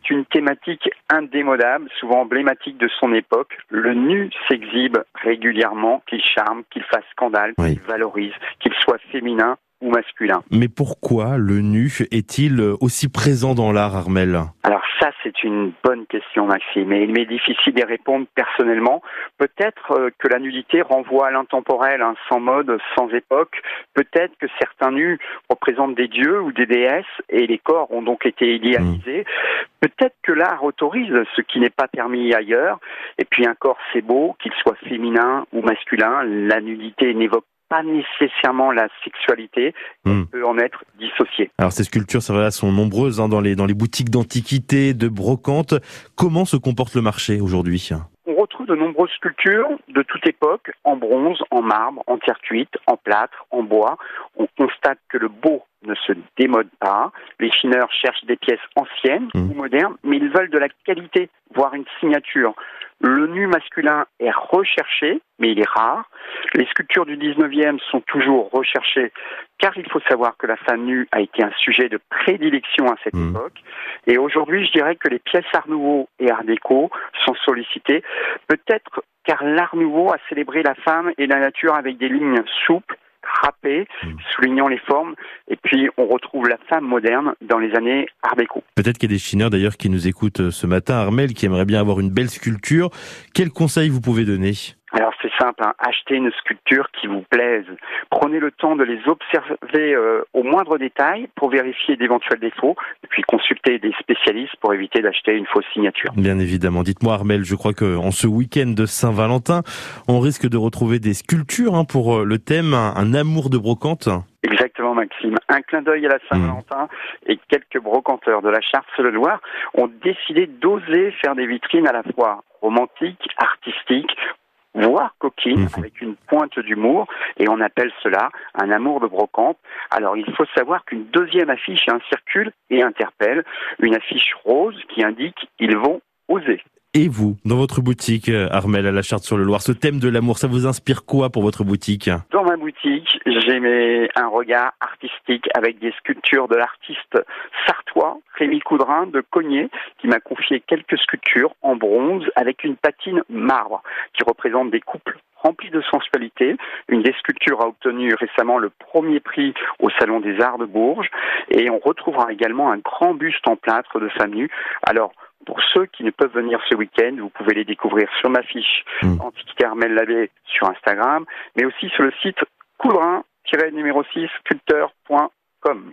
c'est une thématique indémodable, souvent emblématique de son époque. Le nu s'exhibe régulièrement, qu'il charme, qu'il fasse scandale, qu'il valorise, qu'il soit féminin ou masculin. Mais pourquoi le nu est-il aussi présent dans l'art, Armelle ? Alors ça, c'est une bonne question, Maxime, et il m'est difficile d'y répondre personnellement. Peut-être que la nudité renvoie à l'intemporel, sans mode, sans époque. Peut-être que certains nus représentent des dieux ou des déesses, et les corps ont donc été idéalisés. Peut-être que l'art autorise ce qui n'est pas permis ailleurs. Et puis un corps, c'est beau, qu'il soit féminin ou masculin. La nudité n'évoque pas nécessairement la sexualité, elle peut en être dissociée. Alors ces sculptures, c'est vrai, sont nombreuses dans les boutiques d'antiquité, de brocante. Comment se comporte le marché aujourd'hui ? On retrouve de nombreuses sculptures de toute époque, en bronze, en marbre, en terre cuite, en plâtre, en bois. On constate que le beau ne se démode pas. Les chineurs cherchent des pièces anciennes ou modernes, mais ils veulent de la qualité, voire une signature. Le nu masculin est recherché, mais il est rare. Les sculptures du 19e sont toujours recherchées, car il faut savoir que la femme nue a été un sujet de prédilection à cette époque. Et aujourd'hui, je dirais que les pièces Art Nouveau et Art Déco sont sollicitées, peut-être car l'Art Nouveau a célébré la femme et la nature avec des lignes souples, râpées, soulignant les formes, et puis on retrouve la femme moderne dans les années Art Déco. Peut-être qu'il y a des chineurs d'ailleurs qui nous écoutent ce matin, Armelle, qui aimeraient bien avoir une belle sculpture. Quels conseils vous pouvez donner ? Alors c'est simple, achetez une sculpture qui vous plaise. Prenez le temps de les observer au moindre détail pour vérifier d'éventuels défauts et puis consultez des spécialistes pour éviter d'acheter une fausse signature. Bien évidemment. Dites-moi Armelle, je crois qu'en ce week-end de Saint-Valentin, on risque de retrouver des sculptures pour le thème un amour de brocante. Exactement Maxime. Un clin d'œil à la Saint-Valentin et quelques brocanteurs de la Charte-sur-le-Loir ont décidé d'oser faire des vitrines à la fois romantiques, artistiques, voire coquine, avec une pointe d'humour, et on appelle cela un amour de brocante. Alors il faut savoir qu'une deuxième affiche circule et interpelle, une affiche rose qui indique « ils vont oser ». Et vous, dans votre boutique, Armelle, à la Charte-sur-le-Loir, ce thème de l'amour, ça vous inspire quoi pour votre boutique ? Dans ma boutique, j'ai mis un regard artistique avec des sculptures de l'artiste sartois, Rémi Coudrin de Cogné, qui m'a confié quelques sculptures en bronze avec une patine marbre qui représente des couples remplis de sensualité. Une des sculptures a obtenu récemment le premier prix au Salon des Arts de Bourges, et on retrouvera également un grand buste en plâtre de femme nue. Alors, pour ceux qui ne peuvent venir ce week-end, vous pouvez les découvrir sur ma fiche Antiquité Armelle Labbé sur Instagram, mais aussi sur le site coudrin-6 sculpteur.com.